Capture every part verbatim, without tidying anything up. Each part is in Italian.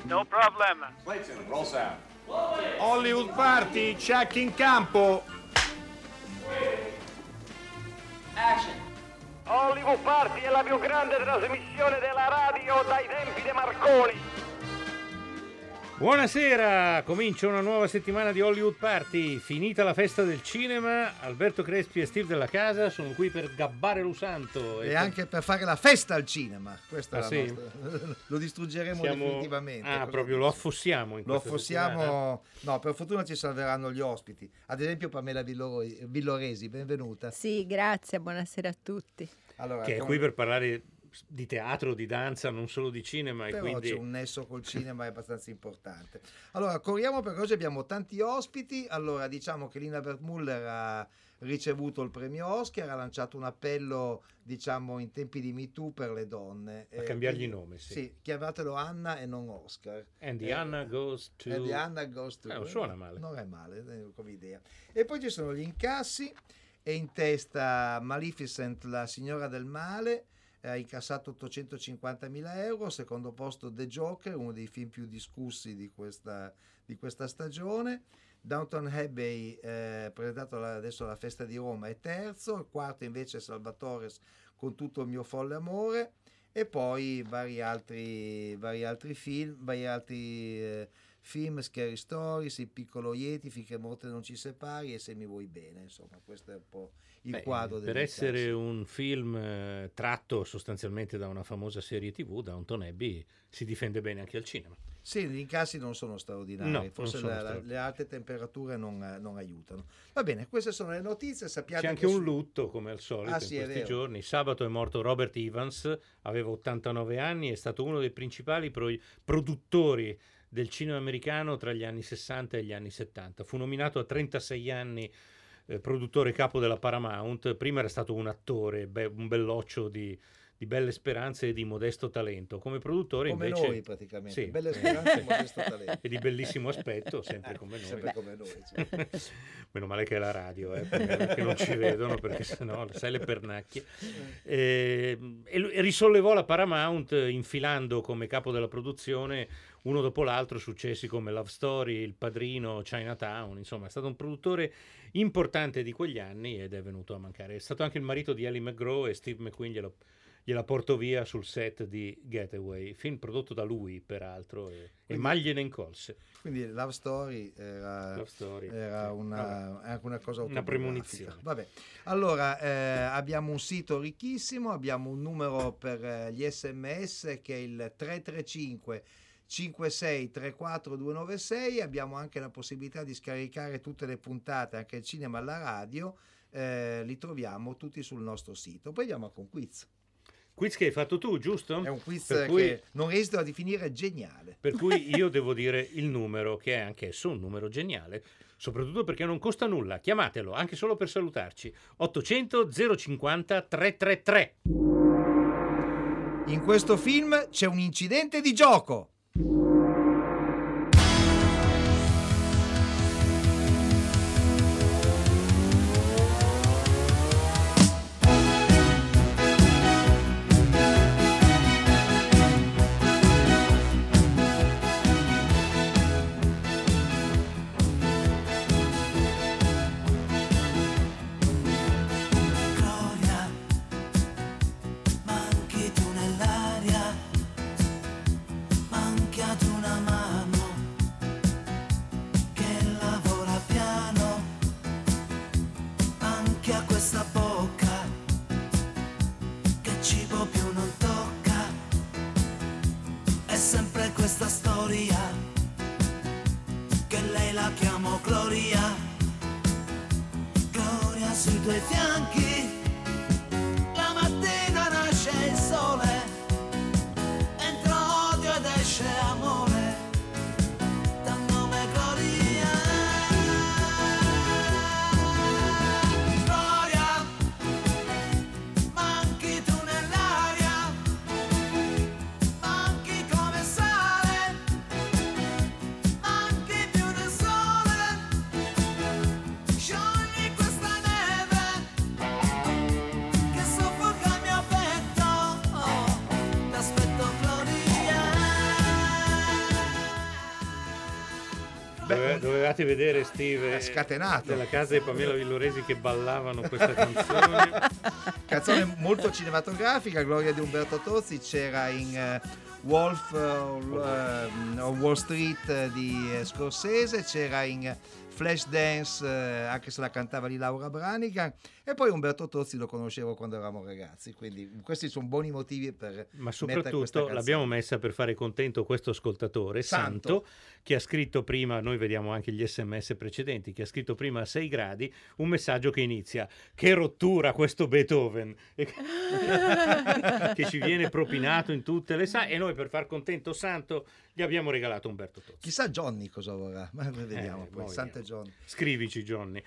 No problem. Clayton, roll sound. Hollywood Party, check in campo. Action. Hollywood Party è la più grande trasmissione della radio dai tempi di Marconi. Buonasera, comincia una nuova settimana di Hollywood Party. Finita la festa del cinema, Alberto Crespi e Steve Della Casa sono qui per gabbare Lusanto. E, e anche per fare la festa al cinema. Questa ah, è la sì? nostra... Lo distruggeremo Siamo... definitivamente. Ah, proprio lo affossiamo in Lo questa affossiamo... settimana. No, per fortuna ci salveranno gli ospiti. Ad esempio Pamela Villoro... Villoresi, benvenuta. Sì, grazie, buonasera a tutti. Allora, che è come... qui per parlare di teatro, di danza, non solo di cinema. Però e quindi... c'è un nesso col cinema è abbastanza importante. Allora, corriamo perché oggi abbiamo tanti ospiti. Allora, diciamo che Lina Wertmuller ha ricevuto il premio Oscar, ha lanciato un appello, diciamo, in tempi di Me Too per le donne. A eh, cambiargli il nome, sì. Sì, chiamatelo Anna e non Oscar. And the eh, Anna goes to... And the Anna goes to... Eh, non suona male. Non è male, come idea. E poi ci sono gli incassi, e in testa Maleficent, la signora del male, ha incassato ottocentocinquantamila euro, secondo posto The Joker, uno dei film più discussi di questa, di questa stagione. Downton Abbey, eh, presentato adesso alla Festa di Roma, è terzo, il quarto invece è Salvatores con Tutto il mio folle amore, e poi vari altri, vari altri film, vari altri eh, film, Scary Stories, Il piccolo Yeti, Finché morte non ci separi e Se mi vuoi bene, insomma questo è un po' il Beh, quadro del per essere caso. Un film eh, tratto sostanzialmente da una famosa serie tivù, Downton Abbey si difende bene anche al cinema. Sì, gli incassi non sono straordinari, no, forse sono la, straordinari. le alte temperature non, non aiutano. Va bene, queste sono le notizie, sappiate. C'è anche che un su... lutto come al solito ah, sì, in questi giorni. Sabato è morto Robert Evans, aveva ottantanove anni, è stato uno dei principali pro- produttori del cinema americano tra gli anni sessanta e gli anni settanta. Fu nominato a trentasei anni eh, produttore capo della Paramount. Prima era stato un attore, be- un belloccio di, di belle speranze e di modesto talento. Come produttore come invece... noi praticamente, sì. belle speranze e modesto talento. E di bellissimo aspetto, sempre come noi. Sempre come noi, cioè. Meno male che è la radio, eh, che non ci vedono, perché sennò sai le pernacchie. E, e risollevò la Paramount infilando come capo della produzione uno dopo l'altro successi come Love Story, Il Padrino, Chinatown. Insomma, è stato un produttore importante di quegli anni ed è venuto a mancare. È stato anche il marito di Ellie McGraw e Steve McQueen glielo, gliela portò via sul set di Getaway, film prodotto da lui peraltro, e, quindi, e mai gliene incolse. Quindi Love Story era, Love Story, era sì. una, anche una cosa una premonizione. Vabbè, allora eh, abbiamo un sito ricchissimo, abbiamo un numero per eh, gli sms che è il tre tre cinque cinque sei tre quattro due nove sei, abbiamo anche la possibilità di scaricare tutte le puntate, anche il cinema alla radio, eh, li troviamo tutti sul nostro sito. Poi andiamo con quiz. Quiz che hai fatto tu, giusto? È un quiz per che cui, non esito a definire geniale. Per cui io devo dire il numero, che è anch'esso un numero geniale, soprattutto perché non costa nulla. Chiamatelo, anche solo per salutarci. ottocento zero cinquanta trecentotrentatré. In questo film c'è un incidente di gioco. Dove, dovevate vedere Steve è scatenato. nella casa di Pamela Villoresi che ballavano questa canzone. Canzone molto cinematografica, gloria di Umberto Tozzi. C'era in uh, Wolf uh, uh, Wall Street uh, di uh, Scorsese, c'era in Flashdance, uh, anche se la cantava di Laura Branigan, e poi Umberto Tozzi lo conoscevo quando eravamo ragazzi, quindi questi sono buoni motivi per ma mettere questa soprattutto canzone. l'abbiamo messa per fare contento questo ascoltatore Santo. Santo che ha scritto prima, noi vediamo anche gli sms precedenti, che ha scritto prima a sei gradi un messaggio che inizia: che rottura questo Beethoven, che ci viene propinato in tutte le sale, e noi per far contento Santo gli abbiamo regalato Umberto Tozzi. Chissà Johnny cosa vorrà, ma vediamo Eh, poi. mo Sante vediamo. Johnny. Scrivici Johnny.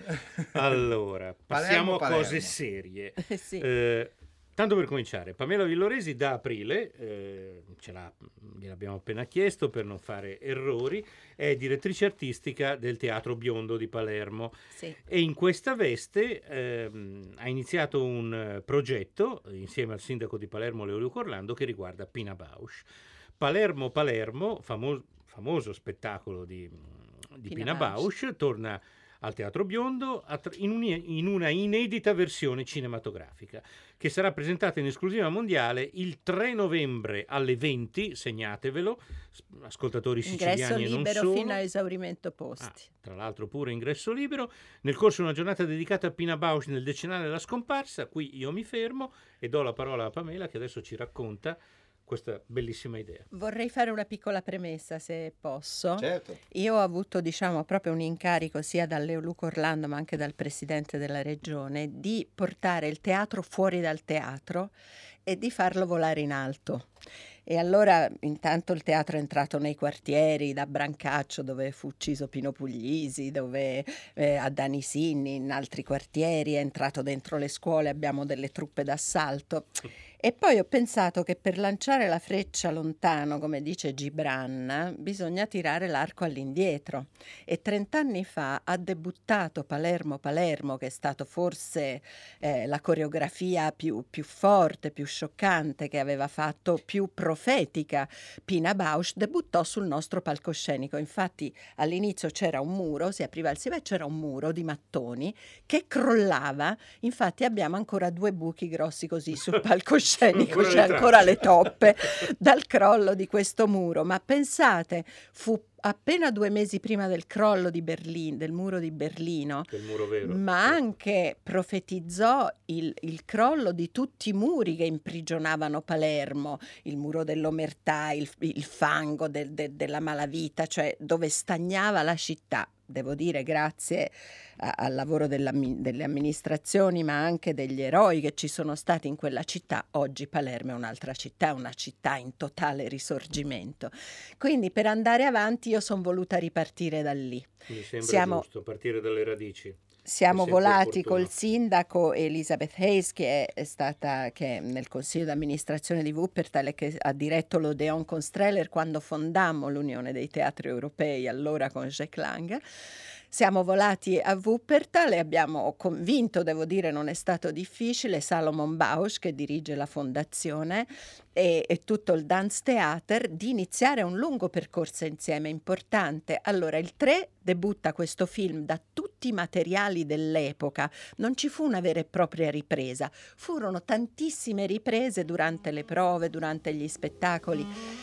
Allora, Palermo, passiamo a cose Palermo. serie. Sì. Eh, tanto per cominciare, Pamela Villoresi da aprile, eh, ce l'ha, gliel'abbiamo appena chiesto per non fare errori, è direttrice artistica del Teatro Biondo di Palermo. Sì. E in questa veste ehm, ha iniziato un eh, progetto insieme al sindaco di Palermo Leo Luca Orlando che riguarda Pina Bausch. Palermo Palermo, famo- famoso spettacolo di, di Pina Pina Bausch. Bausch, torna al Teatro Biondo a tra- in, un- in una inedita versione cinematografica che sarà presentata in esclusiva mondiale il tre novembre alle venti, segnatevelo, s- ascoltatori Ingresso siciliani e non libero solo. fino a esaurimento Ah, posti. tra l'altro pure ingresso libero, nel corso di una giornata dedicata a Pina Bausch nel decennale della scomparsa. Qui io mi fermo e do la parola a Pamela che adesso ci racconta questa bellissima idea. Vorrei fare una piccola premessa, se posso. Certo. Io ho avuto, diciamo, proprio un incarico sia dal Leo Luca Orlando ma anche dal presidente della regione di portare il teatro fuori dal teatro e di farlo volare in alto. E allora intanto il teatro è entrato nei quartieri, da Brancaccio dove fu ucciso Pino Puglisi, dove eh, a Danisinni, in altri quartieri, è entrato dentro le scuole, abbiamo delle truppe d'assalto. E poi ho pensato che per lanciare la freccia lontano, come dice Gibran, bisogna tirare l'arco all'indietro. E trent'anni fa ha debuttato Palermo Palermo, che è stato forse eh, la coreografia più, più forte, più scioccante, che aveva fatto più profetica. Pina Bausch debuttò sul nostro palcoscenico. Infatti all'inizio c'era un muro, si apriva il sive e c'era un muro di mattoni che crollava. Infatti abbiamo ancora due buchi grossi così sul palcoscenico. Scenico, Ancora c'è le ancora tracce. le toppe dal crollo di questo muro, ma pensate, fu appena due mesi prima del crollo di Berlino, del muro di Berlino, Del muro vero. ma anche profetizzò il, il crollo di tutti i muri che imprigionavano Palermo, il muro dell'omertà, il, il fango del- de- della malavita, cioè dove stagnava la città. Devo dire grazie a- al lavoro dell'ammi- delle amministrazioni, ma anche degli eroi che ci sono stati in quella città. Oggi Palermo è un'altra città, è una città in totale risorgimento. Quindi per andare avanti io sono voluta ripartire da lì. Mi sembra Siamo- giusto partire dalle radici. Siamo È sempre volati opportuno. col sindaco Elizabeth Hayes, che è, è stata che è nel consiglio d'amministrazione di Wuppertal e che ha diretto l'Odeon con Streller quando fondammo l'Unione dei Teatri Europei, allora con Jack Lang. Siamo volati a Wuppertal e abbiamo convinto, devo dire, non è stato difficile, Salomon Bausch, che dirige la fondazione, e, e tutto il Dance Theater, di iniziare un lungo percorso insieme importante. Allora, il tre debutta questo film da tutti i materiali dell'epoca. Non ci fu una vera e propria ripresa, furono tantissime riprese durante le prove, durante gli spettacoli.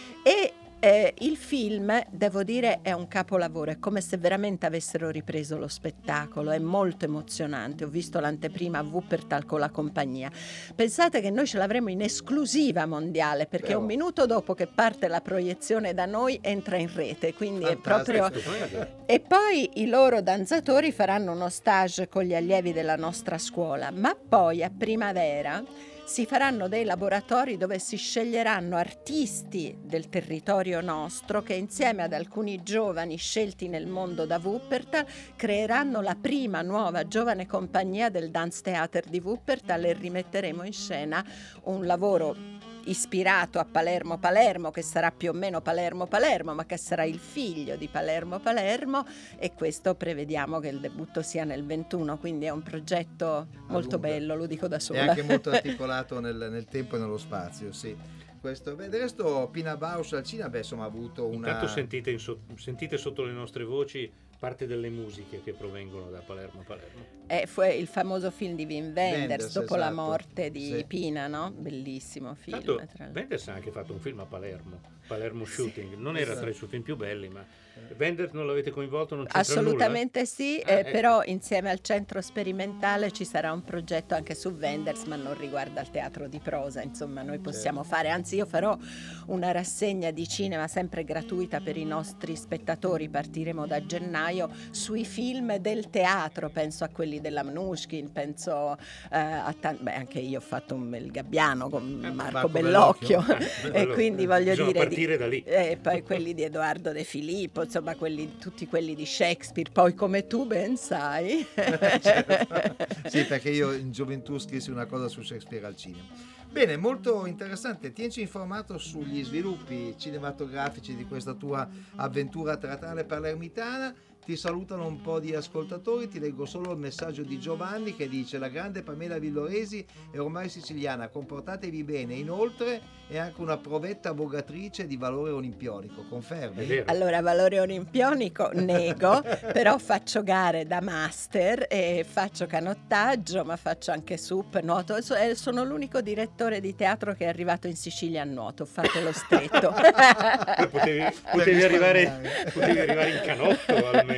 E eh, il film, devo dire, è un capolavoro, è come se veramente avessero ripreso lo spettacolo, è molto emozionante. Ho visto l'anteprima a Wuppertal con la compagnia. Pensate che noi ce l'avremo in esclusiva mondiale, perché Però. un minuto dopo che parte la proiezione da noi entra in rete, quindi è Fantastico. proprio... E poi i loro danzatori faranno uno stage con gli allievi della nostra scuola, ma poi a primavera si faranno dei laboratori dove si sceglieranno artisti del territorio nostro che insieme ad alcuni giovani scelti nel mondo da Wuppertal creeranno la prima nuova giovane compagnia del Dance Theater di Wuppertal e rimetteremo in scena un lavoro ispirato a Palermo Palermo, che sarà più o meno Palermo Palermo, ma che sarà il figlio di Palermo Palermo, e questo prevediamo che il debutto sia nel ventuno, quindi è un progetto molto lunga. bello, lo dico da È sola. anche molto articolato nel, nel tempo e nello spazio, sì. questo. Beh, del resto Pina Bausch al cinema, beh, insomma, ha avuto una... Intanto sentite, in so- sentite sotto le nostre voci parte delle musiche che provengono da Palermo Palermo. Eh, fu il famoso film di Wim Wenders, Wenders, dopo la esatto. morte di Sì. Pina, no? Bellissimo film. Tanto tra l'altro. Wenders ha anche fatto un film a Palermo, Palermo Shooting, non era esatto. tra i suoi film più belli, ma Wenders non l'avete coinvolto, non c'entra Assolutamente sì, Ah, eh, ecco. però insieme al centro sperimentale ci sarà un progetto anche su Wenders, ma non riguarda il teatro di prosa, insomma noi possiamo fare, anzi io farò una rassegna di cinema sempre gratuita per i nostri spettatori, partiremo da gennaio, sui film del teatro, penso a quelli della Mnuchin, penso eh, a tanti, beh anche io ho fatto un, il Gabbiano con Eh, Marco, Marco Bellocchio, Bellocchio. e quindi voglio Bisogna dire... partire da lì. E poi quelli di Edoardo De Filippo, insomma quelli, tutti quelli di Shakespeare, poi come tu ben sai. Certo. Sì, perché io in gioventù scrissi una cosa su Shakespeare al cinema. Bene, molto interessante. Tienci informato sugli sviluppi cinematografici di questa tua avventura teatrale palermitana. Ti salutano un po' di ascoltatori, ti leggo solo il messaggio di Giovanni che dice: la grande Pamela Villoresi è ormai siciliana, comportatevi bene, inoltre è anche una provetta vogatrice di valore olimpionico, È confermi? vero. Allora, valore olimpionico nego, però faccio gare da master e faccio canottaggio, ma faccio anche sup, nuoto. So- eh, Sono l'unico direttore di teatro che è arrivato in Sicilia a nuoto, ho fatto lo stretto. Poi potevi, potevi, arrivare, risparmiare. potevi arrivare in canotto almeno.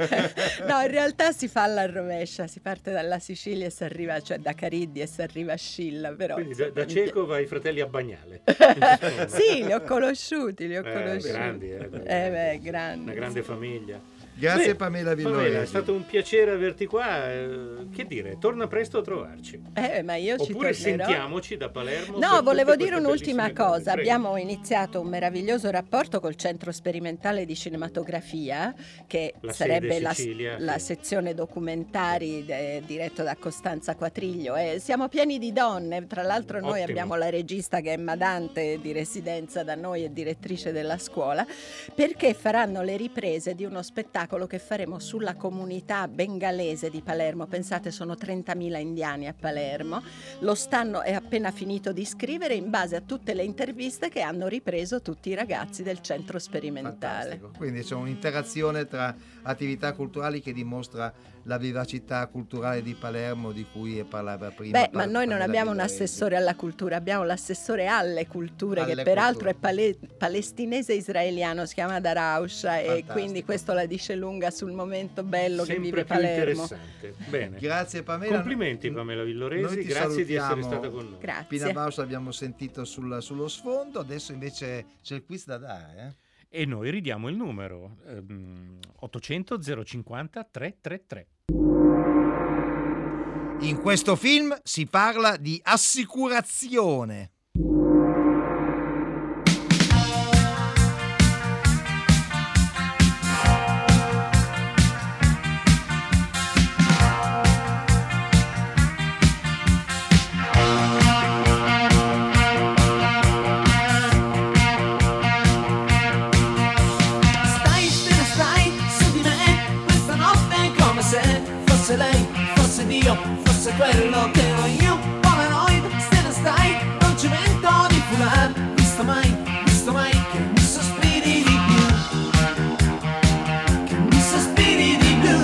No, in realtà si fa alla rovescia, si parte dalla Sicilia e si arriva, cioè da Cariddi e si arriva a Scilla, però... Quindi da, da insomma, cieco vai ai fratelli a Bagnale. Sì, li ho conosciuti, li ho Eh, conosciuti. grandi, eh, beh, Eh beh, grandi. Una grande famiglia. Grazie Beh, Pamela Villoresi. Pamela, è stato un piacere averti qua. eh, Che dire, torna presto a trovarci. Eh, ma io ci Oppure tornerò. sentiamoci da Palermo. No, per volevo tutte dire queste un'ultima bellissime cose. cosa. Prego. Abbiamo iniziato un meraviglioso rapporto col Centro Sperimentale di Cinematografia, che La sarebbe sede la, Sicilia, la sì. sezione documentari eh, diretto da Costanza Quatriglio. E siamo pieni di donne. Tra l'altro noi Ottimo. abbiamo la regista che è Emma Dante, di residenza da noi e direttrice della scuola, perché faranno le riprese di uno spettacolo che faremo sulla comunità bengalese di Palermo. Pensate, sono trentamila indiani a Palermo. Lo stanno, è appena finito di scrivere in base a tutte le interviste che hanno ripreso tutti i ragazzi del centro sperimentale. Fantastico. Quindi c'è un'interazione tra attività culturali che dimostra la vivacità culturale di Palermo di cui parlava prima. Beh, ma Pa- noi non Pamela abbiamo un Villoresi. assessore alla cultura, abbiamo l'assessore alle culture, Alle che peraltro culture. è pale- palestinese israeliano, si chiama Darausha, e Fantastico. quindi questo la dice lunga sul momento bello che Sempre vive più Palermo. interessante. Bene. Grazie Pamela. Complimenti Pamela Noi Villoresi, ti grazie di essere salutiamo. stata con noi. Pina Grazie. Bausch l'abbiamo sentito sul- sullo sfondo, adesso invece c'è il quiz da dare. eh? E noi ridiamo il numero ehm, ottocento zero cinquanta trecentotrentatré. In questo film si parla di assicurazione. Stai, te ne stai su di me questa notte come se fosse lei, fosse Dio, fosse quello che ero io. Polaroid, te ne stai, non ci mento di foulard. Visto mai, visto mai che mi sospiri di più, che mi sospiri di più.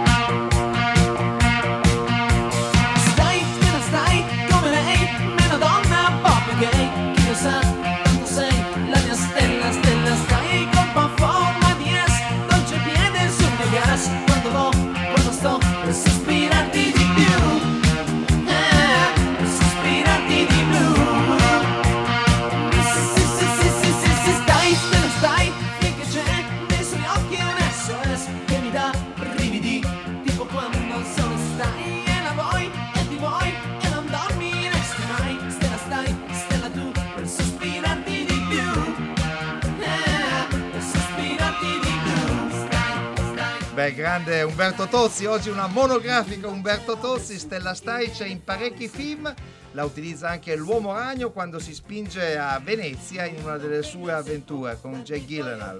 Stai, te ne stai come lei, meno donna, pop gay. Chi lo sa, tanto sei la mia stella, stella. Stai colpa a forma di S, dolce piede sul mio gas. Quando vo, quando sto per sospirarti di più, eh, per sospirarti di più. Sì, sì, sì, sì, sì, sì, sì, stai, te ne stai, finché c'è nei suoi occhi un S O S che mi dà brividi, tipo quando solo stai e la vuoi e ti vuoi e non dormi, resti mai. Stella stai, stella tu, per sospirarti di più, eh, per sospirarti di più. Stai, stai. Beh, grande Umberto Tozzi, oggi una monografica Umberto Tozzi, Stella Stai, c'è in parecchi film. la utilizza anche l'Uomo Ragno quando si spinge a Venezia in una delle sue avventure con Jake Gyllenhaal.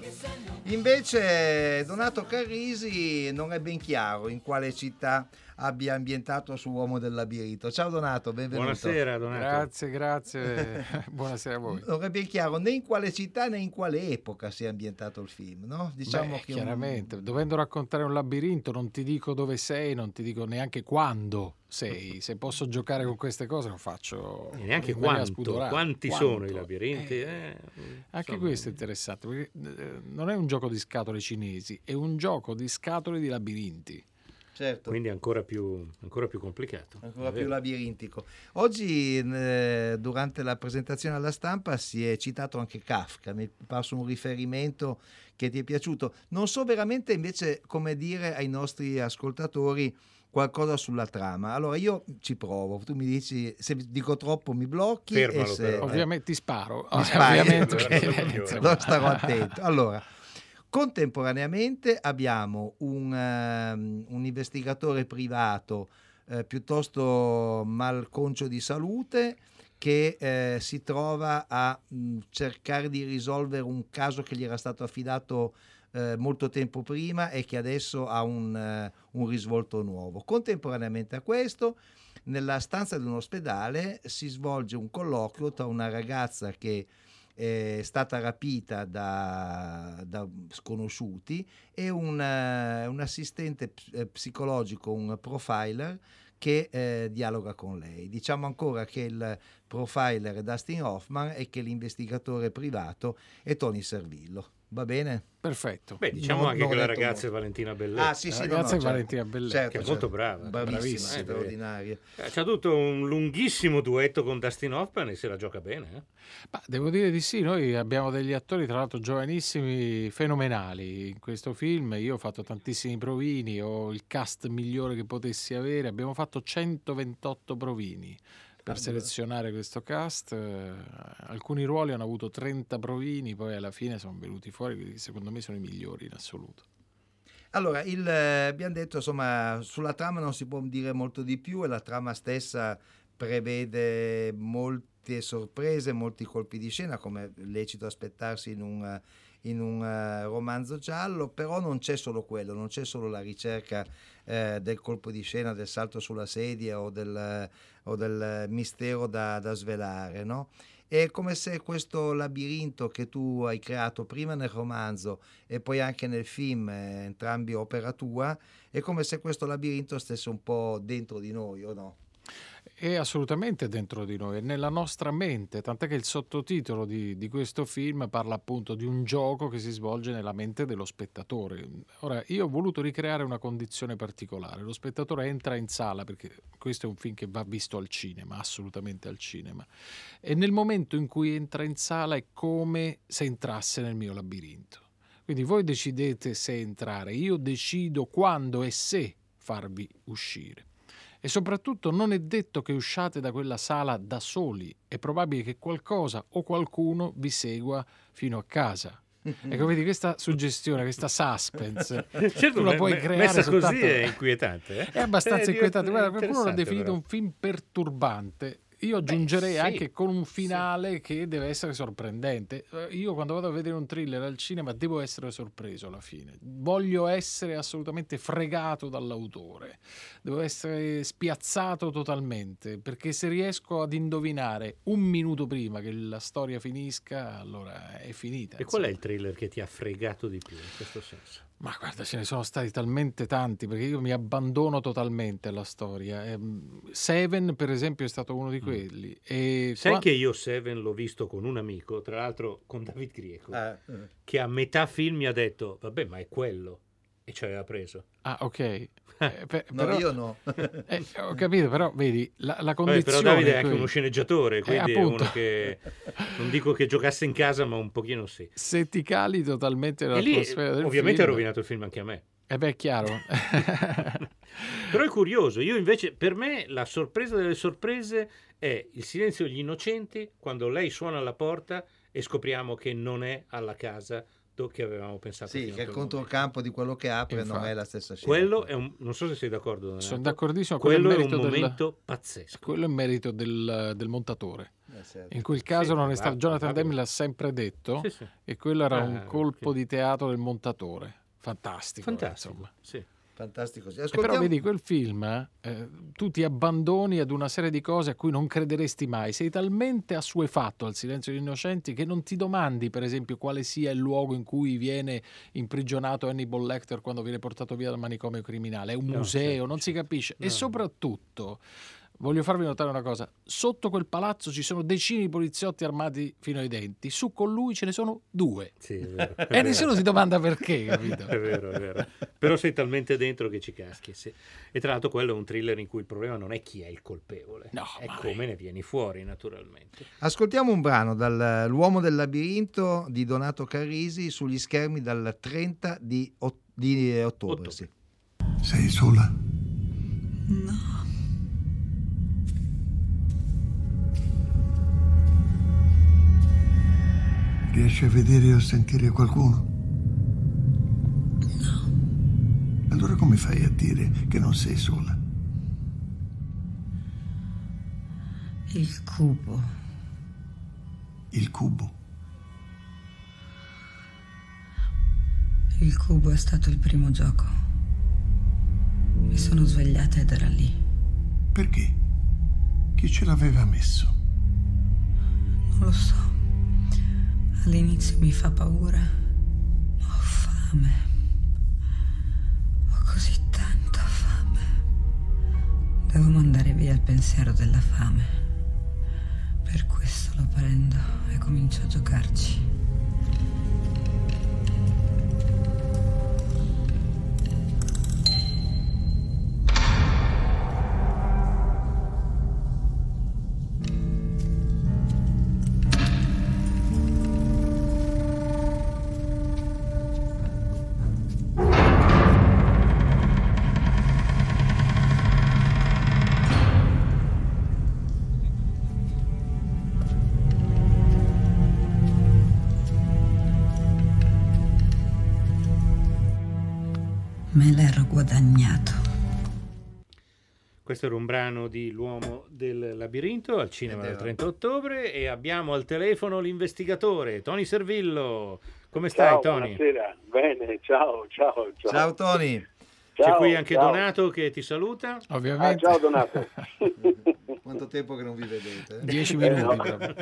Invece Donato Carrisi non è ben chiaro in quale città abbia ambientato su Uomo del Labirinto. Ciao Donato, benvenuto. Buonasera Donato. Grazie, grazie. Buonasera a voi. Non è ben chiaro né in quale città né in quale epoca si è ambientato il film, no? Diciamo Beh, che chiaramente, un... dovendo raccontare un labirinto non ti dico dove sei, non ti dico neanche quando sei. Se posso giocare con queste cose lo faccio. E neanche in maniera quanto, spudorata. quanti Quanto? sono i labirinti? Eh, Eh, anche insomma. questo è interessante, perché eh, non è un gioco di scatole cinesi, è un gioco di scatole di labirinti. Certo. Quindi ancora più, ancora più complicato. Ancora È più vero. labirintico. Oggi eh, durante la presentazione alla stampa si è citato anche Kafka, mi passa un riferimento che ti è piaciuto. Non so veramente invece come dire ai nostri ascoltatori qualcosa sulla trama. Allora io ci provo, tu mi dici, se dico troppo mi blocchi. Fermalo, e se, però. eh, Ovviamente ti sparo. mi spari, Ovviamente, ok. perché, insomma, Allora starò attento. Allora, contemporaneamente abbiamo un, ehm, un investigatore privato eh, piuttosto malconcio di salute che eh, si trova a mh, cercare di risolvere un caso che gli era stato affidato eh, molto tempo prima e che adesso ha un, eh, un risvolto nuovo. Contemporaneamente a questo, nella stanza di un ospedale si svolge un colloquio tra una ragazza che è stata rapita da, da sconosciuti e un, uh, un assistente ps- psicologico, un profiler che eh, dialoga con lei. Diciamo ancora che il profiler è Dustin Hoffman e che l'investigatore privato è Tony Servillo. Va bene? perfetto. Beh, diciamo Non- anche non che ho la detto ragazza è molto. Valentina Belletti. Ah sì La sì, no, ragazza no, è certo. Valentina Belletti. Certo, Che è certo. molto brava, Bravissima, bravissima, eh, straordinaria. Eh, C'ha avuto un lunghissimo duetto con Dustin Hoffman e se la gioca bene. Eh? Ma devo dire di sì, noi abbiamo degli attori tra l'altro giovanissimi, fenomenali in questo film. Io ho fatto tantissimi provini, ho il cast migliore che potessi avere, abbiamo fatto centoventotto provini per selezionare questo cast. Eh, alcuni ruoli hanno avuto trenta provini, poi alla fine sono venuti fuori, quindi secondo me sono i migliori in assoluto. Allora, il, eh, abbiamo detto, insomma, sulla trama non si può dire molto di più e la trama stessa prevede molte sorprese, molti colpi di scena, come è lecito aspettarsi in un, in un eh, romanzo giallo, però non c'è solo quello, non c'è solo la ricerca eh, del colpo di scena, del salto sulla sedia o del, o del mistero da, da svelare, no? È come se questo labirinto che tu hai creato prima nel romanzo e poi anche nel film, eh, entrambi opera tua, è come se questo labirinto stesse un po' dentro di noi, o no? È assolutamente dentro di noi, è nella nostra mente, tant'è che il sottotitolo di, di questo film parla appunto di un gioco che si svolge nella mente dello spettatore. Ora, io ho voluto ricreare una condizione particolare. Lo spettatore entra in sala, perché questo è un film che va visto al cinema, assolutamente al cinema, e nel momento in cui entra in sala è come se entrasse nel mio labirinto. Quindi voi decidete se entrare, io decido quando e se farvi uscire. E soprattutto non è detto che usciate da quella sala da soli, è probabile che qualcosa o qualcuno vi segua fino a casa. Ecco, vedi questa suggestione, questa suspense, Certo, tu la me- puoi me- creare messa soltanto... così è inquietante. Eh? È abbastanza Eh, inquietante. Guarda, qualcuno l'ha interessante, definito però. un film perturbante. Io aggiungerei sì. anche con un finale che deve essere sorprendente. Eh, Io quando vado a vedere un thriller al cinema devo essere sorpreso alla fine. Voglio essere assolutamente fregato dall'autore. Devo essere spiazzato totalmente, perché se riesco ad indovinare un minuto prima che la storia finisca, allora è finita. E qual è insomma. il thriller che ti ha fregato di più in questo senso? Ma guarda, ce ne sono stati talmente tanti, perché io mi abbandono totalmente alla storia. Ehm, Seven, per esempio, è stato uno di quelli. E Sai qua- che io Seven l'ho visto con un amico, tra l'altro con David Grieco, Eh, che a metà film mi ha detto, vabbè, ma è quello. E ci aveva preso. Ah, ok. Eh, pe- no, però- io no. eh, ho capito, però vedi, la, la Vabbè, condizione... però Davide è anche qui- uno sceneggiatore, quindi è appunto. uno che non dico che giocasse in casa, ma un pochino sì. Se ti cali totalmente E lì nell'atmosfera del ovviamente ha film... rovinato il film anche a me. Eh beh, è chiaro. Però è curioso, io invece, per me la sorpresa delle sorprese è Il silenzio degli innocenti, quando lei suona alla porta e scopriamo che non è alla casa l'effetto che avevamo pensato. Sì, fino a che il quel controcampo di quello che apre Infatti. non è la stessa scena. Quello è un, non so se sei d'accordo, Donato. Sono d'accordissimo. Quello è un merito del- momento pazzesco. Quello è merito del, del montatore. Eh, certo. In quel caso Sì, non è stato, va- Jonathan va bene. Demme l'ha sempre detto, Sì, sì. e quello era Ah, un colpo ok. di teatro del montatore. Fantastico. Fantastico. insomma. Sì. Fantastico. Sì. E Ascoltiamo... però vedi, quel film, eh, tu ti abbandoni ad una serie di cose a cui non crederesti mai. Sei talmente assuefatto al silenzio degli innocenti che non ti domandi, per esempio, quale sia il luogo in cui viene imprigionato Hannibal Lecter quando viene portato via dal manicomio criminale. È un No, museo, certo, non si certo. capisce. No. E soprattutto, voglio farvi notare una cosa, sotto quel palazzo ci sono decine di poliziotti armati fino ai denti, su con lui ce ne sono due. Sì, è vero, è E vero. nessuno si domanda perché, capito? È vero, è vero. Però sei talmente dentro che ci caschi. Sì. E tra l'altro quello è un thriller in cui il problema non è chi è il colpevole, No, è mai. come ne vieni fuori, naturalmente. Ascoltiamo un brano dal L'uomo del labirinto di Donato Carrisi sugli schermi dal trenta di, ot- di eh, ottobre. Ottobre. Sì. Sei sola? No. Riesci a vedere o sentire qualcuno? No. Allora come fai a dire che non sei sola? Il cubo. Il cubo. Il cubo è stato il primo gioco. Mi sono svegliata ed era lì. Perché? Chi ce l'aveva messo? Non lo so. All'inizio mi fa paura. Ho fame. Ho così tanta fame. Devo mandare via il pensiero della fame. Per questo lo prendo e comincio a giocarci. Me l'ero guadagnato. Questo era un brano di L'uomo del labirinto al cinema Ed del era- trenta ottobre e abbiamo al telefono l'investigatore Tony Servillo. Come Ciao, stai, Tony? buonasera. Bene, ciao, ciao, ciao. Ciao Tony. C'è Ciao, qui anche ciao. Donato che ti saluta. Ah, Ovviamente. ciao Donato. Quanto tempo che non vi vedete? eh? Dieci Eh, minuti. no. proprio.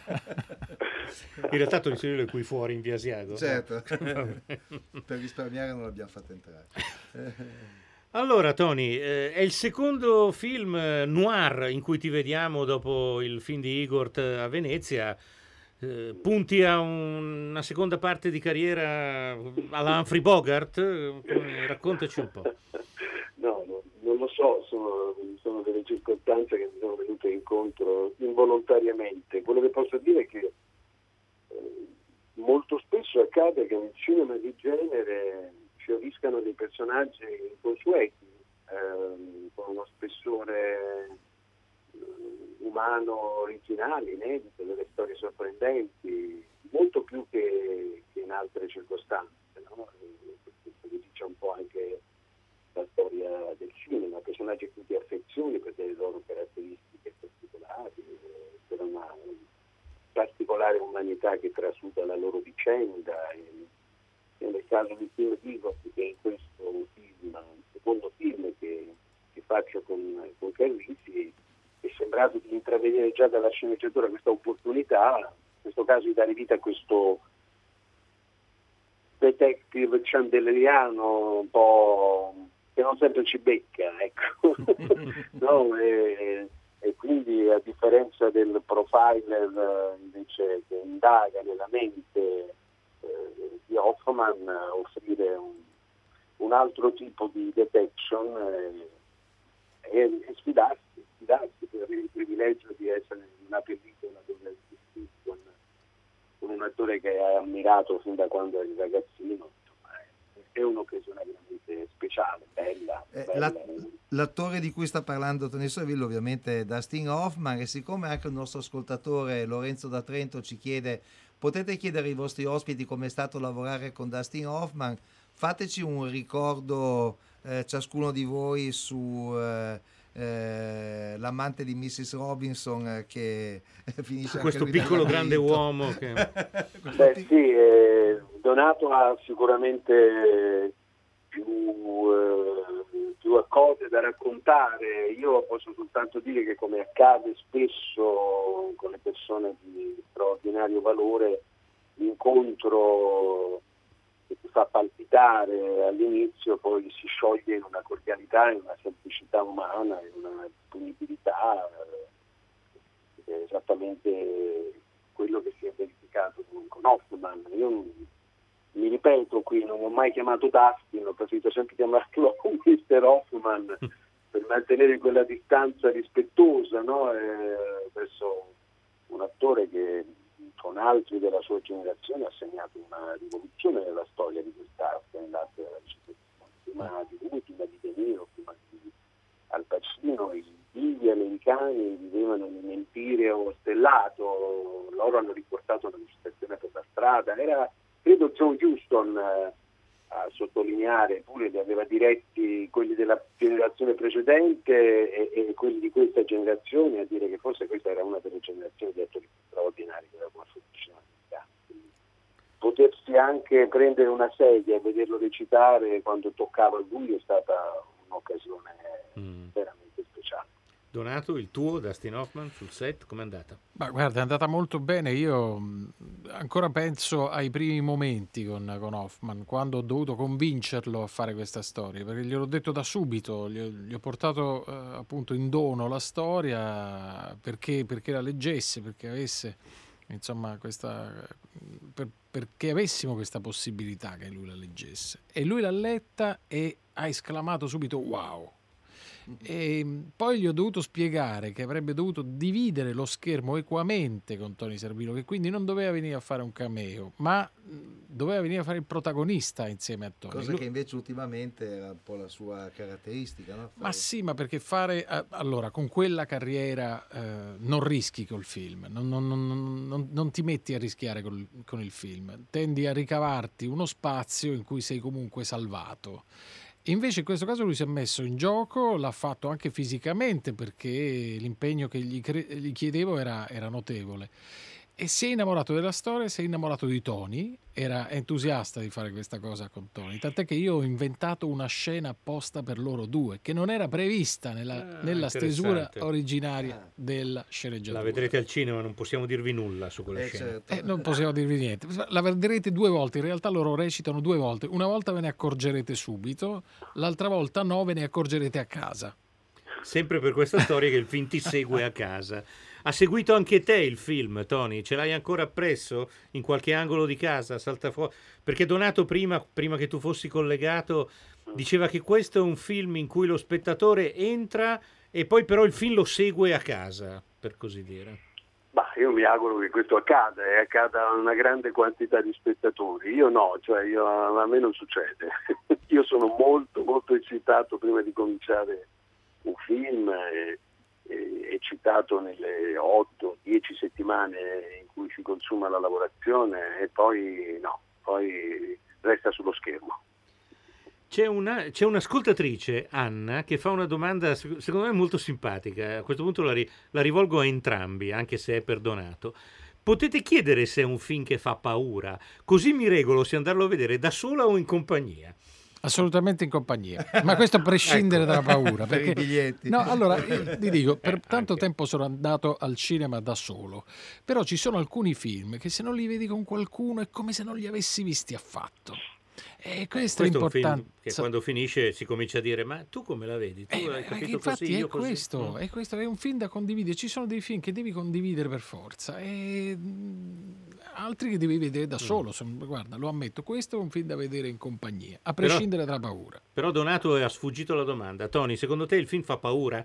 In realtà Tony Servillo è qui fuori in via Asiago. Certo. Per risparmiare non l'abbiamo fatto entrare. Allora, Tony, eh, è il secondo film eh, noir in cui ti vediamo dopo il film di Igor a Venezia. Eh, punti a un- una seconda parte di carriera alla Humphrey Bogart? Eh, Raccontaci un po'. No, no, non lo so, sono, sono delle circostanze che mi sono venute incontro involontariamente. Quello che posso dire è che eh, molto spesso accade che nel cinema di genere fioriscano dei personaggi consueti, ehm, con uno spessore eh, umano originale, inedito, delle storie sorprendenti, molto più che, che in altre circostanze, no? E questo mi dice un po' anche la storia del cinema, personaggi a cui ti affezioni per delle loro caratteristiche particolari, eh, per una particolare umanità che trasuda la loro vicenda. E, e nel caso di Tim Igor, che in questo film, il secondo film che, che faccio con, con Carrisi, è sembrato di intravedere già dalla sceneggiatura questa opportunità, in questo caso di dare vita a questo detective chandleriano un po' che non sempre ci becca, ecco. No, e, e quindi a differenza del profiler eh, invece che indaga nella mente eh, di Hoffman, eh, offrire un, un altro tipo di detection eh, e, e sfidarsi, sfidarsi per avere il privilegio di essere in una pellicola dove con, con un attore che ha ammirato fin da quando eri ragazzino. Insomma, è, è un'occasione veramente speciale, bella. Eh, bella. la- l'attore di cui sta parlando Tony Servillo ovviamente è Dustin Hoffman, e siccome anche il nostro ascoltatore Lorenzo da Trento ci chiede potete chiedere ai vostri ospiti com'è stato lavorare con Dustin Hoffman. Fateci un ricordo eh, ciascuno di voi su eh, eh, l'amante di missus Robinson eh, che finisce questo anche lui piccolo nel grande labirinto. uomo che... Beh sì, eh, Donato ha sicuramente più, eh, più cose da raccontare. Io posso soltanto dire che, come accade spesso con le persone di straordinario valore, l'incontro che ti fa palpitare all'inizio poi si scioglie in una cordialità, in una semplicità umana, in una disponibilità, eh, è esattamente quello che si è verificato con, con Hoffman. Io non, mi ripeto qui, non ho mai chiamato Dustin, ho preferito sempre chiamarlo mister Hoffman per mantenere quella distanza rispettosa, no? eh, verso un attore che con altri della sua generazione ha segnato una rivoluzione nella storia di quest'arte, nell'arte della recitazione. Prima di lui, prima di De Niro, prima di Al Pacino, i figli americani vivevano in un empireo stellato, loro hanno riportato la recitazione per la strada. Era, credo, John Huston eh, a sottolineare pure che aveva diretti quelli della generazione precedente e, e quelli di questa generazione, a dire che forse questa era una delle generazioni di attori più straordinari che aveva conosciuto il cinema americano. Potersi anche prendere una sedia e vederlo recitare quando toccava a lui è stata un'occasione mm. veramente speciale. Donato, il tuo Dustin Hoffman sul set, com'è andata? Ma guarda, è andata molto bene. Io ancora penso ai primi momenti con, con Hoffman, quando ho dovuto convincerlo a fare questa storia, perché gliel'ho detto da subito, gli ho, gli ho portato eh, appunto in dono la storia perché, perché la leggesse, perché avesse insomma questa per, perché avessimo questa possibilità che lui la leggesse. E lui l'ha letta e ha esclamato subito wow. E poi gli ho dovuto spiegare che avrebbe dovuto dividere lo schermo equamente con Tony Servillo, che quindi non doveva venire a fare un cameo, ma doveva venire a fare il protagonista insieme a Tony. Cosa Lui... che invece ultimamente era un po' la sua caratteristica, no? Ma sì, ma perché fare allora con quella carriera eh, non rischi col film, non, non, non, non, non ti metti a rischiare col, con il film, tendi a ricavarti uno spazio in cui sei comunque salvato. Invece in questo caso lui si è messo in gioco, l'ha fatto anche fisicamente perché l'impegno che gli, cre- gli chiedevo era, era notevole. E si è innamorato della storia, si è innamorato di Tony, era entusiasta di fare questa cosa con Tony, tant'è che io ho inventato una scena apposta per loro due, che non era prevista nella, ah, nella stesura originaria ah. della sceneggiatura. La vedrete al cinema, non possiamo dirvi nulla su quella eh, scena. certo. Eh, non possiamo dirvi niente. La vedrete due volte, in realtà loro recitano due volte. Una volta ve ne accorgerete subito, l'altra volta no, ve ne accorgerete a casa. Sempre per questa storia che il film ti segue a casa. Ha seguito anche te il film, Tony? Ce l'hai ancora appresso? In qualche angolo di casa? Salta fuori? Perché Donato prima, prima che tu fossi collegato, diceva che questo è un film in cui lo spettatore entra e poi però il film lo segue a casa, per così dire. Bah, io mi auguro che questo accada e accada a una grande quantità di spettatori. Io no, cioè io, a me non succede. Io sono molto molto eccitato prima di cominciare un film e, e eccitato nelle otto dieci settimane in cui si consuma la lavorazione e poi no, poi resta sullo schermo. C'è, una, c'è un'ascoltatrice, Anna, che fa una domanda secondo me molto simpatica. A questo punto la, ri, la rivolgo a entrambi, anche se è perdonato. Potete chiedere se è un film che fa paura? Così mi regolo se andarlo a vedere da sola o in compagnia. Assolutamente in compagnia, ma questo a prescindere ecco, dalla paura. Perché, per i biglietti. No, allora, io ti dico, per tanto anche. tempo sono andato al cinema da solo, però ci sono alcuni film che se non li vedi con qualcuno è come se non li avessi visti affatto. E questo, questo è importante. È un film che quando finisce si comincia a dire ma tu come la vedi? Tu eh, hai capito infatti così, è io così. Questo, mm. è questo, è un film da condividere. Ci sono dei film che devi condividere per forza e altri che devi vedere da solo. Mm. Guarda, lo ammetto, questo è un film da vedere in compagnia, a prescindere però, dalla paura. Però Donato ha sfuggito la domanda. Tony, secondo te il film fa paura?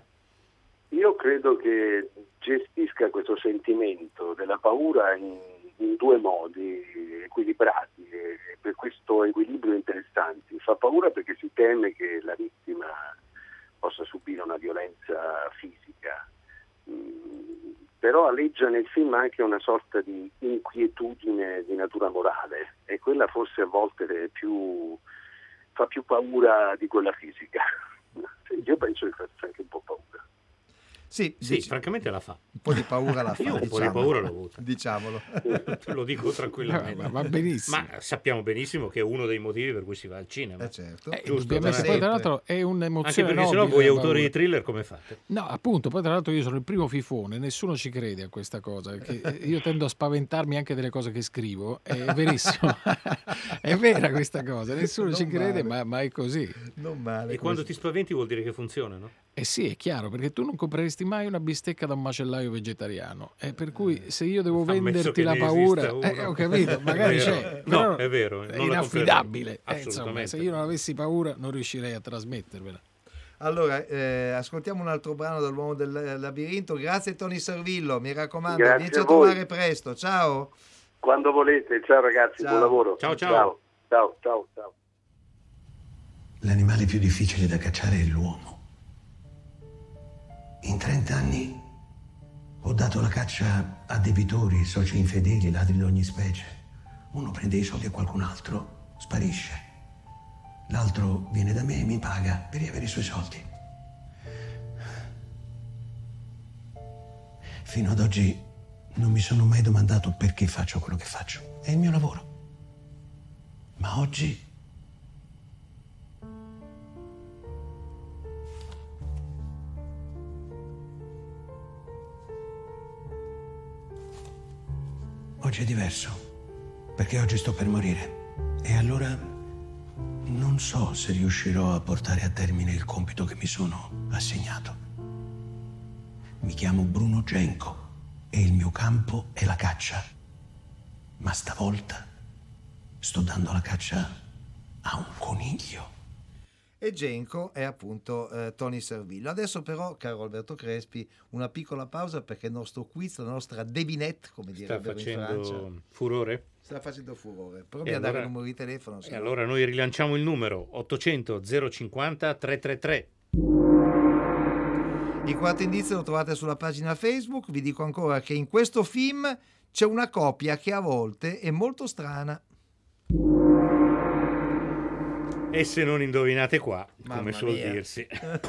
Io credo che gestisca questo sentimento della paura in, in due modi equilibrati e per questo equilibrio interessanti. Fa paura perché si teme che la vittima possa subire una violenza fisica. però aleggia nel film anche una sorta di inquietudine di natura morale, e quella forse a volte è più, fa più paura di quella fisica. Io penso che faccia anche un po' paura. Sì, Sì, dici- francamente la fa. un po' di paura la fa. Io un po' di diciamolo. paura l'ho avuta. Diciamolo. Te lo dico tranquillamente. Eh, ma va benissimo. Ma sappiamo benissimo che è uno dei motivi per cui si va al cinema. Eh, certo. Eh, Giusto, indubbiamente, tra- poi tra sempre. l'altro è Anche un'emozione perché sennò nobile, voi la autori paura. di thriller come fate? No, appunto, poi tra l'altro io sono il primo fifone, nessuno ci crede a questa cosa, che io tendo a spaventarmi anche delle cose che scrivo, è verissimo, è vera questa cosa, nessuno Non ci crede, male. ma, ma è così. Non male. E quando questo. ti spaventi vuol dire che funziona, no? Eh sì, è chiaro, perché tu non compreresti mai una bistecca da un macellaio vegetariano, e per cui se io devo Ammesso venderti che la ne paura, esista eh, uno. ho capito, magari È vero. c'è, No, però è vero, è non la inaffidabile. confermo. Eh, insomma, Assolutamente. se io non avessi paura non riuscirei a trasmettervela. Allora, eh, ascoltiamo un altro brano dall'Uomo del Labirinto. Grazie Tony Servillo, mi raccomando, Grazie vieni a a voi. trovare presto. Ciao. Quando volete. Ciao ragazzi, Ciao. buon lavoro. Ciao, ciao. Ciao, ciao, ciao. ciao. L'animale più difficile da cacciare è l'uomo. In trent'anni ho dato la caccia a debitori, soci infedeli, ladri di ogni specie. Uno prende i soldi a qualcun altro, sparisce. L'altro viene da me e mi paga per riavere i suoi soldi. Fino ad oggi non mi sono mai domandato perché faccio quello che faccio. È il mio lavoro. Ma oggi Oggi è diverso, perché oggi sto per morire. E allora non so se riuscirò a portare a termine il compito che mi sono assegnato. Mi chiamo Bruno Genco e il mio campo è la caccia. Ma stavolta sto dando la caccia a un coniglio. E Genco è appunto eh, Tony Servillo. Adesso però, caro Alberto Crespi, una piccola pausa perché il nostro quiz, la nostra devinette, come Sta direbbero in Francia, facendo furore? sta facendo furore. Però E mi ha dato allora- il numero di telefono. se E no- allora noi rilanciamo il numero ottocento zero cinquanta trecentotrentatré. Il quarto indizio lo trovate sulla pagina Facebook. Vi dico ancora che in questo film c'è una coppia che a volte è molto strana. E se non indovinate qua, Mamma come suol mia. dirsi.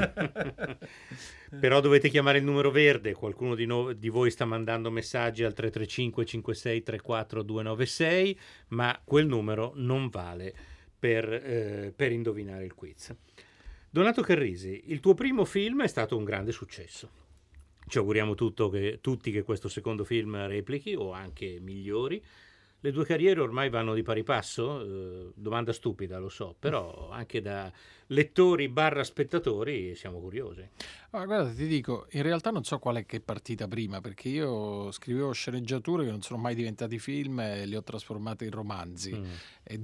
Però dovete chiamare il numero verde. Qualcuno di, no- di voi sta mandando messaggi al tre tre cinque cinque sei tre quattro due nove sei, ma quel numero non vale per, eh, per indovinare il quiz. Donato Carrisi, il tuo primo film è stato un grande successo. Ci auguriamo tutto che, tutti che questo secondo film replichi o anche migliori. Le due carriere ormai vanno di pari passo? Eh, domanda stupida, lo so, però anche da lettori barra spettatori siamo curiosi. Ah, guarda, ti dico, in realtà non so qual è che è partita prima, perché io scrivevo sceneggiature che non sono mai diventati film e li ho trasformati in romanzi. Mm. E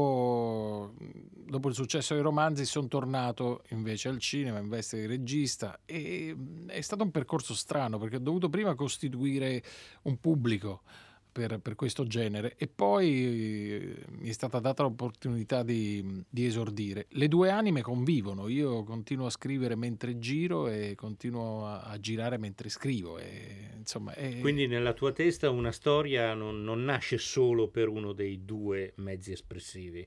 dopo, dopo il successo dei romanzi sono tornato invece al cinema in veste di regista e è stato un percorso strano perché ho dovuto prima costituire un pubblico per, per questo genere e poi eh, mi è stata data l'opportunità di, di esordire. Le due anime convivono, io continuo a scrivere mentre giro e continuo a, a girare mentre scrivo. E, insomma, è... Quindi nella tua testa una storia non, non nasce solo per uno dei due mezzi espressivi.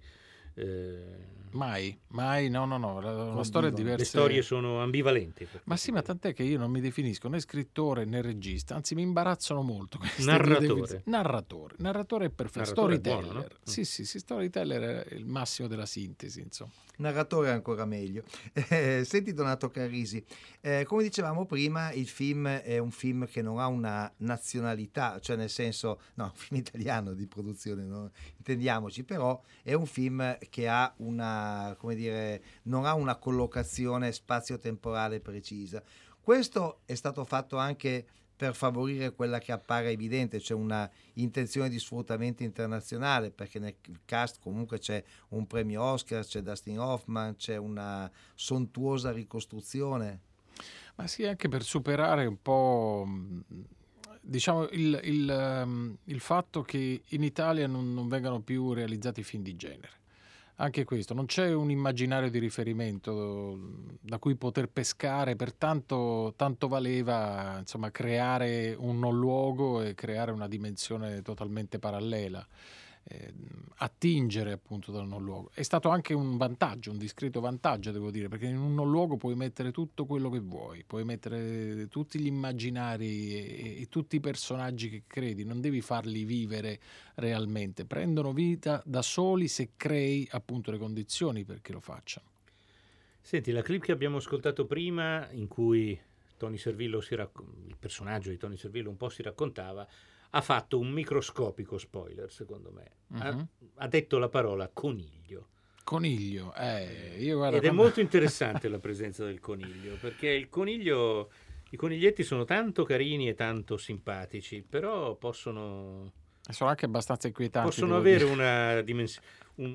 Eh, Mai, mai, no, no, no, la- una storia diversa. le storie sono ambivalenti. per Ma sì, ma tant'è che io non mi definisco né scrittore né regista, anzi mi imbarazzano molto queste due Narratore. definizioni. Narratore. Narratore è perfetto. Narratore è Storyteller. buono, no? Sì, sì, sì, storyteller è il massimo della sintesi, insomma. Narratore è ancora meglio. Eh, senti Donato Carrisi, eh, come dicevamo prima, il film è un film che non ha una nazionalità, cioè nel senso, no, un film italiano di produzione, no? Intendiamoci, però è un film che ha una, come dire, non ha una collocazione spazio-temporale precisa. Questo è stato fatto anche per favorire quella che appare evidente, cioè una intenzione di sfruttamento internazionale, perché nel cast comunque c'è un premio Oscar, c'è Dustin Hoffman, c'è una sontuosa ricostruzione. Ma sì, anche per superare un po', mh, diciamo, il, il, um, il fatto che in Italia non, non vengano più realizzati film di genere. Anche questo, non c'è un immaginario di riferimento da cui poter pescare, pertanto tanto valeva insomma creare un non luogo e creare una dimensione totalmente parallela, eh, attingere appunto dal non luogo. È stato anche un vantaggio, un discreto vantaggio devo dire, perché in un non luogo puoi mettere tutto quello che vuoi, puoi mettere tutti gli immaginari e, e tutti i personaggi che credi, non devi farli vivere realmente, prendono vita da soli se crei appunto le condizioni perché lo facciano. Senti, la clip che abbiamo ascoltato prima, in cui Tony Servillo si rac- il personaggio di Tony Servillo un po' si raccontava, ha fatto un microscopico spoiler, secondo me. Uh-huh. Ha, ha detto la parola coniglio. Coniglio, eh, io guarda, Ed quando... è molto interessante la presenza del coniglio, perché il coniglio, i coniglietti sono tanto carini e tanto simpatici, però possono... sono anche abbastanza inquietanti. Possono avere dire. una dimensione,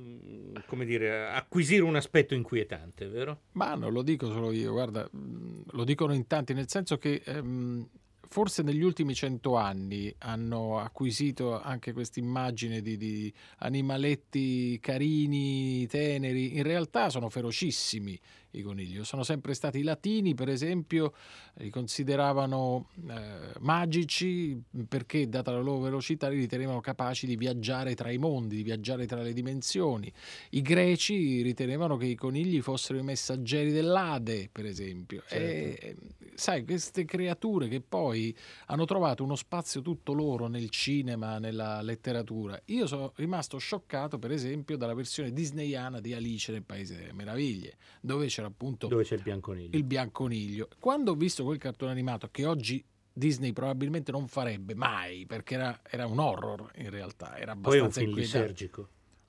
un, come dire, acquisire un aspetto inquietante, vero? Ma non lo dico solo io, guarda, lo dicono in tanti, nel senso che ehm, forse negli ultimi cento anni hanno acquisito anche questa immagine di, di animaletti carini, teneri, in realtà sono ferocissimi i conigli, sono sempre stati i latini per esempio, li consideravano eh, magici perché data la loro velocità li ritenevano capaci di viaggiare tra i mondi, di viaggiare tra le dimensioni. I greci ritenevano che i conigli fossero i messaggeri dell'Ade per esempio, certo. E sai, queste creature che poi hanno trovato uno spazio tutto loro nel cinema, nella letteratura. Io sono rimasto scioccato per esempio dalla versione disneyana di Alice nel Paese delle Meraviglie, dove c'è appunto dove c'è il bianconiglio. il bianconiglio. Quando ho visto quel cartone animato che oggi Disney probabilmente non farebbe mai, perché era, era un horror in realtà, era abbastanza poi è un film inquietante. lisergico.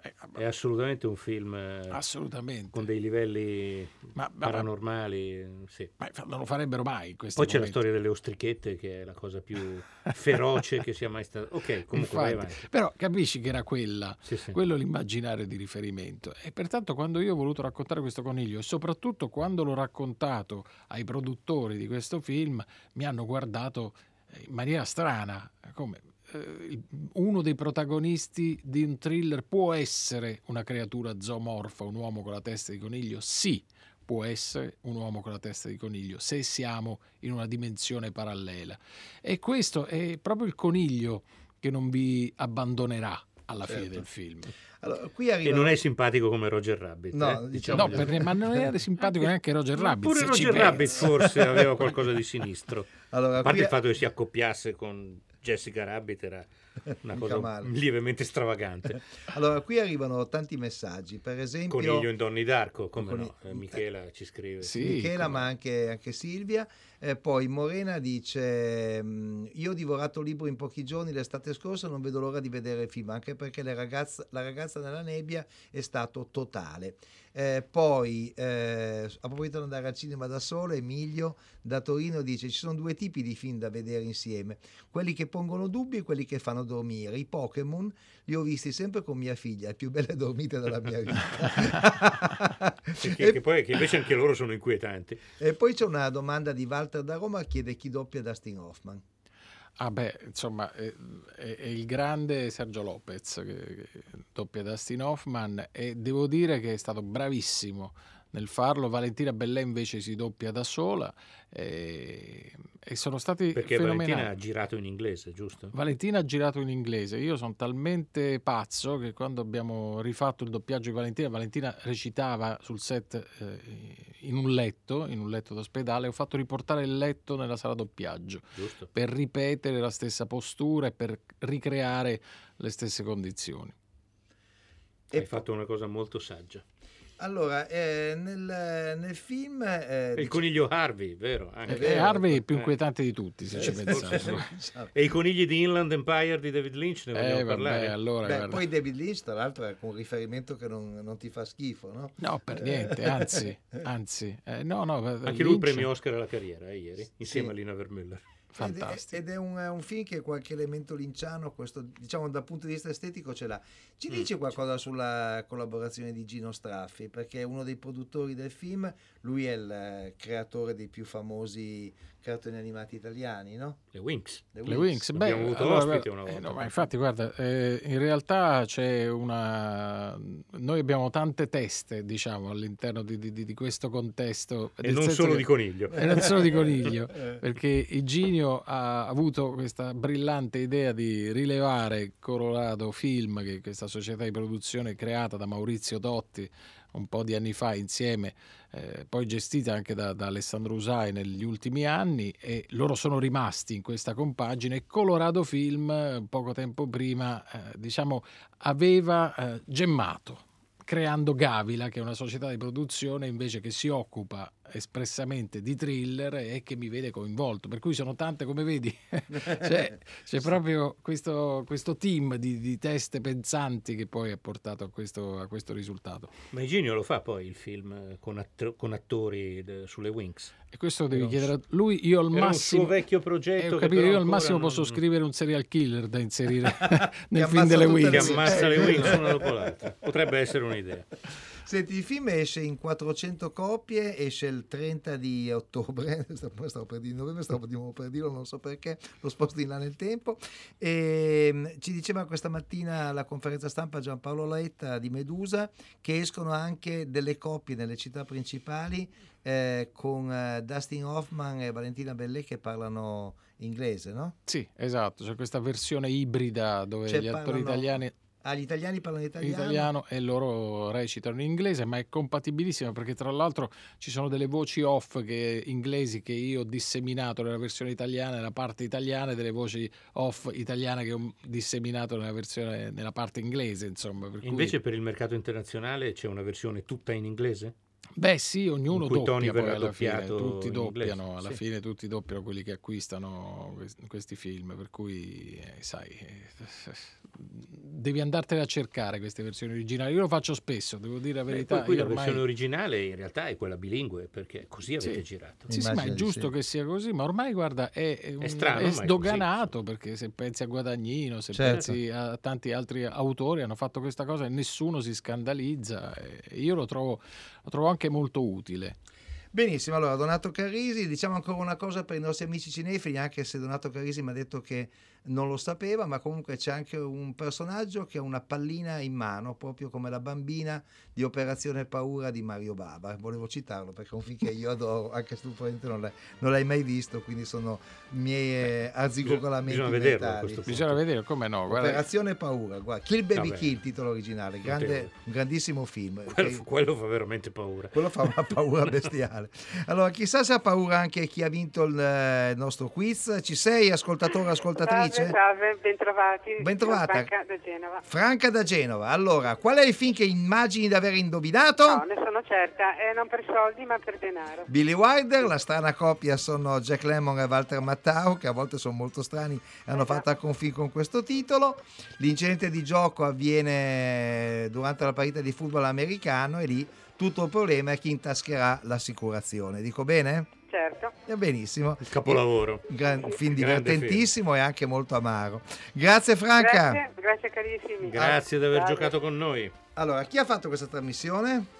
È assolutamente un film assolutamente con dei livelli ma, ma, paranormali, sì. Ma non lo farebbero mai in questi Poi c'è momenti. la storia delle ostrichette che è la cosa più feroce che sia mai stata. Ok, comunque Infatti, vai avanti. però capisci che era quella, sì, sì. quello l'immaginario di riferimento, e pertanto quando io ho voluto raccontare questo coniglio e soprattutto quando l'ho raccontato ai produttori di questo film mi hanno guardato in maniera strana, come uno dei protagonisti di un thriller può essere una creatura zoomorfa, un uomo con la testa di coniglio? Sì, può essere un uomo con la testa di coniglio, se siamo in una dimensione parallela. E questo è proprio il coniglio che non vi abbandonerà alla certo. fine del film. Allora, qui arriva... E non è simpatico come Roger Rabbit. No, eh? diciamo no per, ma non era simpatico neanche Roger Rabbit. Pure Roger Rabbit forse aveva qualcosa di sinistro. Allora, a parte qui... il fatto che si accoppiasse con Jessica Rabbit era una cosa male. lievemente stravagante. Allora, qui arrivano tanti messaggi, per esempio... Coniglio in Donnie Darko, come Coni... no? Eh, Michela ci scrive. Sì, Michela, come... ma anche, anche Silvia. Eh, poi Morena dice: io ho divorato il libro in pochi giorni l'estate scorsa, non vedo l'ora di vedere il film, anche perché la ragazza, la ragazza nella nebbia è stato totale. Eh, poi eh, a proposito di andare al cinema da solo, Emilio da Torino dice: ci sono due tipi di film da vedere insieme, quelli che pongono dubbi e quelli che fanno dormire. I Pokémon li ho visti sempre con mia figlia, le più belle dormite della mia vita. che, e, che poi che invece anche loro sono inquietanti. E poi c'è una domanda di Walter da Roma, chiede chi doppia Dustin Hoffman. Ah beh, insomma, è, è, è il grande Sergio Lopez che, che doppia Dustin Hoffman, e devo dire che è stato bravissimo nel farlo. Valentina Bellè invece si doppia da sola, e, e sono stati perché fenomenali. Valentina ha girato in inglese, giusto? Valentina ha girato in inglese. Io sono talmente pazzo che quando abbiamo rifatto il doppiaggio di Valentina, Valentina recitava sul set eh, in un letto, in un letto d'ospedale, ho fatto riportare il letto nella sala doppiaggio, giusto, per ripetere la stessa postura e per ricreare le stesse condizioni. E hai fatto una cosa molto saggia. Allora, eh, nel, nel film... Eh, il dice... coniglio Harvey, vero? Anche. Eh, Harvey è il più inquietante eh. di tutti, se eh, ci pensate. Sì. E i conigli di Inland Empire di David Lynch, ne vogliamo eh, parlare? Vabbè, allora, Beh, poi David Lynch, tra l'altro, è un riferimento che non, non ti fa schifo, no? No, per niente, anzi, anzi. Eh, no, no, Anche Lynch... lui premio Oscar alla carriera, eh, ieri, insieme sì. a Lina Vermeuller. fantastico. Ed è, ed è un, un film che qualche elemento linciano, questo diciamo dal punto di vista estetico ce l'ha. Ci dice qualcosa sulla collaborazione di Gino Straffi, perché è uno dei produttori del film, lui è il creatore dei più famosi cartoni animati italiani, no? Le Winx. Le Le Winx, beh, Abbiamo avuto allora, ospite guarda, una volta. eh, no, ma infatti guarda, eh, in realtà c'è una noi abbiamo tante teste, diciamo, all'interno di, di, di questo contesto, E nel non senso solo che- di coniglio. e non solo di coniglio, perché Iginio ha avuto questa brillante idea di rilevare Colorado Film, che è questa società di produzione creata da Maurizio Dotti un po' di anni fa insieme, eh, poi gestita anche da, da Alessandro Usai negli ultimi anni, e loro sono rimasti in questa compagine. E Colorado Film eh, poco tempo prima eh, diciamo aveva eh, gemmato creando Gavila, che è una società di produzione invece che si occupa espressamente di thriller e che mi vede coinvolto, per cui sono tante, come vedi. c'è, c'è proprio questo, questo team di, di teste pensanti che poi ha portato a questo, a questo risultato. Ma Iginio lo fa poi il film eh, con, att- con attori de- sulle Winx. E questo devi Era un chiedere a su- lui. Io al era un massimo suo vecchio progetto Eh, ho che capito, però io al ancora massimo non- posso scrivere un serial killer da inserire nel Che film ammazza delle tutte le Che Winx. ammazza le Eh. Winx una dopo l'altra. Potrebbe essere un'idea. Senti, il film esce in quattrocento copie, esce il trenta di ottobre, stavo stavo per dire novembre, stavo di nuovo per dirlo, non so perché, lo sposto in là nel tempo. E ci diceva questa mattina alla conferenza stampa Giampaolo Letta di Medusa che escono anche delle copie nelle città principali eh, con eh, Dustin Hoffman e Valentina Bellè che parlano inglese, no? Sì, esatto, c'è questa versione ibrida dove Cioè, gli attori parlano- italiani Ah, gli italiani parlano in italiano? italiano e loro recitano in inglese, ma è compatibilissima perché tra l'altro ci sono delle voci off che, inglesi che io ho disseminato nella versione italiana, nella parte italiana, e delle voci off italiane che ho disseminato nella versione nella parte inglese, insomma. Per cui- Invece per il mercato internazionale c'è una versione tutta in inglese? Beh sì, ognuno in cui Tony doppia poi verrà alla fine, doppiato tutti in doppiano, inglese, alla sì. fine tutti doppiano quelli che acquistano quest- questi film, per cui eh, sai, eh, devi andartene a cercare queste versioni originali. Io lo faccio spesso, devo dire la Beh, verità. poi qui io la ormai- versione originale in realtà è quella bilingue, perché così avete Sì. girato. Sì, sì, ma è Immagino di giusto sì. che sia così, ma ormai guarda è, è un- strano, è ma è sdoganato, perché se pensi a Guadagnino, se Certo. pensi a tanti altri autori hanno fatto questa cosa e nessuno si scandalizza, e io lo trovo, lo trovo anche molto utile. Benissimo, allora Donato Carrisi, diciamo ancora una cosa per i nostri amici cinefili, anche se Donato Carrisi mi ha detto che non lo sapeva, ma comunque c'è anche un personaggio che ha una pallina in mano, proprio come la bambina di Operazione Paura di Mario Bava. Volevo citarlo perché è un film che io adoro, anche se tu probabilmente non l'hai, non l'hai mai visto, quindi sono miei eh, arzigolamenti bisogna vederlo a mentali. questo punto. Bisogna vedere come no, guarda. Operazione Paura, guarda, Kill Baby Vabbè. Kill, titolo originale, grande, Notevole. un grandissimo film. Quello, che- quello fa veramente paura. quello fa una paura bestiale. Allora, chissà se ha paura anche chi ha vinto il eh, nostro quiz. Ci sei, ascoltatore, ascoltatrice? Salve, salve, bentrovati. Bentrovata. Sono Franca da Genova. Franca da Genova. Allora, qual è il film che immagini di aver indovinato? No, ne sono certa, e non per soldi ma per denaro. Billy Wilder, la strana coppia sono Jack Lemmon e Walter Matthau, che a volte sono molto strani e hanno fatto anche un film con questo titolo. L'incidente di gioco avviene durante la partita di football americano e lì tutto il problema è chi intascherà l'assicurazione. Dico bene? Certo. Va benissimo. Il capolavoro. Gran, film Grande divertentissimo e anche molto amaro. Grazie Franca. Grazie, grazie carissimi. Grazie di aver Salve. giocato con noi. Allora, chi ha fatto questa trasmissione?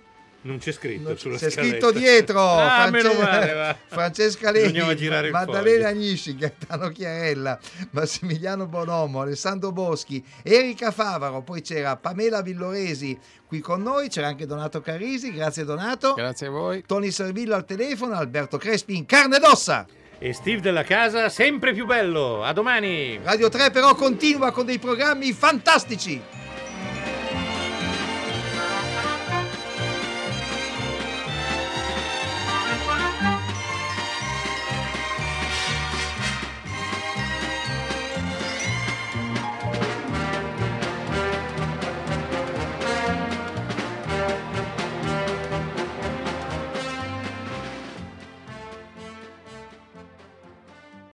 Non c'è scritto Non- sulla c'è scaletta. scritto dietro Ah, France- meno male, va. Francesca Leni, Bisognava girare il Maddalena foglio. Agnisci, Gaetano Chiarella, Massimiliano Bonomo, Alessandro Boschi, Erika Favaro, poi c'era Pamela Villoresi qui con noi, c'era anche Donato Carrisi, grazie Donato, Grazie a voi. Tony Servillo al telefono, Alberto Crespi in carne ed ossa. E Steve della casa sempre più bello. A domani. Radio tre però continua con dei programmi fantastici.